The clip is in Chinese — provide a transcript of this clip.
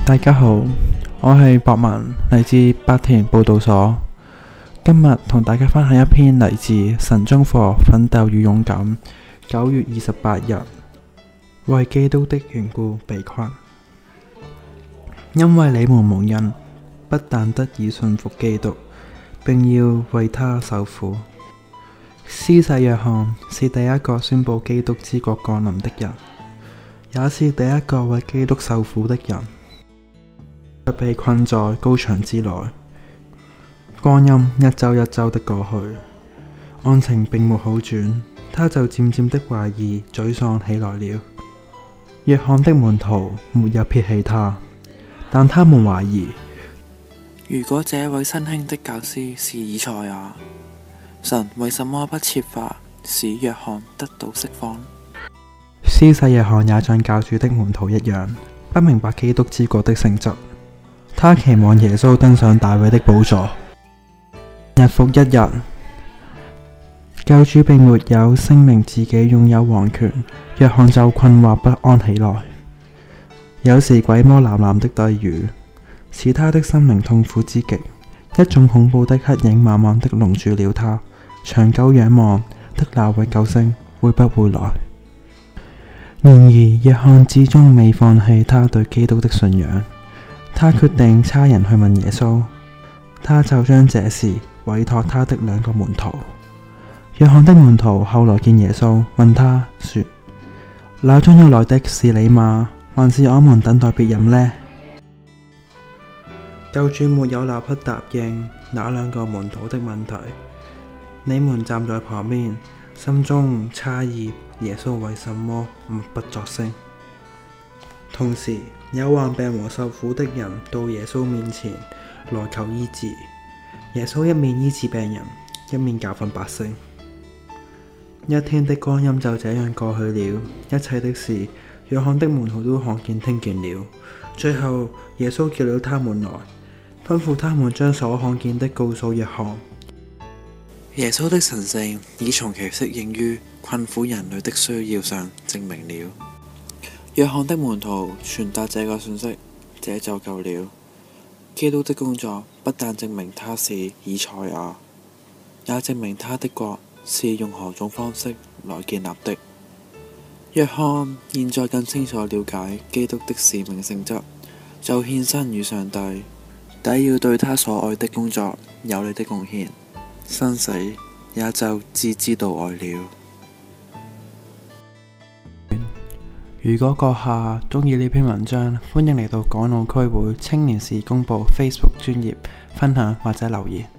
大家好，我係博文，嚟自白田報道所。今日同大家分享一篇嚟自神中課《奮鬥與勇敢》9月28日，為基督的緣故被困，因為你們蒙恩，不但得以信服基督，並要為他受苦。施洗約翰是第一個宣佈基督之國降臨的人，也是第一個為基督受苦的人。卻被困在高牆之內，光陰一周一周的過去，案情並沒好轉，他就漸漸的懷疑沮喪起來了。約翰的門徒沒有撇棄他，但他們懷疑， 如果這位新興的教師是以賽亞，神為什麼不設法使約翰得到釋放？ 施洗約翰也像教主的門徒一樣，不明白基督之國的性質。他期望耶穌登上大衛的寶座，日復一日，救主並沒有聲明自己擁有王權，約翰就困惑不安起來。有時鬼魔喃喃的低語，使他的心靈痛苦之極，一種恐怖的黑影慢慢的籠住了他。長久仰望的那位救星會不會來？然而約翰始終未放棄他對基督的信仰。他決定差人去問耶穌，他就將這事委託他的2個門徒。約翰的門徒後來見耶穌，問他說：那將要來的是你嗎？還是我們等待別人呢？救主沒有立刻答應那2個門徒的問題。你們站在旁邊，心中詫異耶穌為什麼默不作聲。同時，有患病和受苦的人到耶穌面前來求醫治。耶穌一面醫治病人，一面教訓百姓。一天的光陰就這樣過去了，一切的事，約翰的門徒都看見聽見了。最後，耶穌叫了他們來，吩咐他們將所看見的告訴約翰。 耶穌的神性已從其適應於困苦人類的需要上證明了。約翰的門徒傳達這個信息，這就夠了。基督的工作不但證明他是以賽亞，也證明他的國是用何種方式來建立的。約翰現在更清楚了解基督的使命性質，就獻身與上帝，抵要對他所愛的工作有力的貢獻，生死也就置之度外了。 如果閣下鍾意呢篇文章，歡迎嚟到港澳區會青年事工部 Facebook 專頁分享或者留言。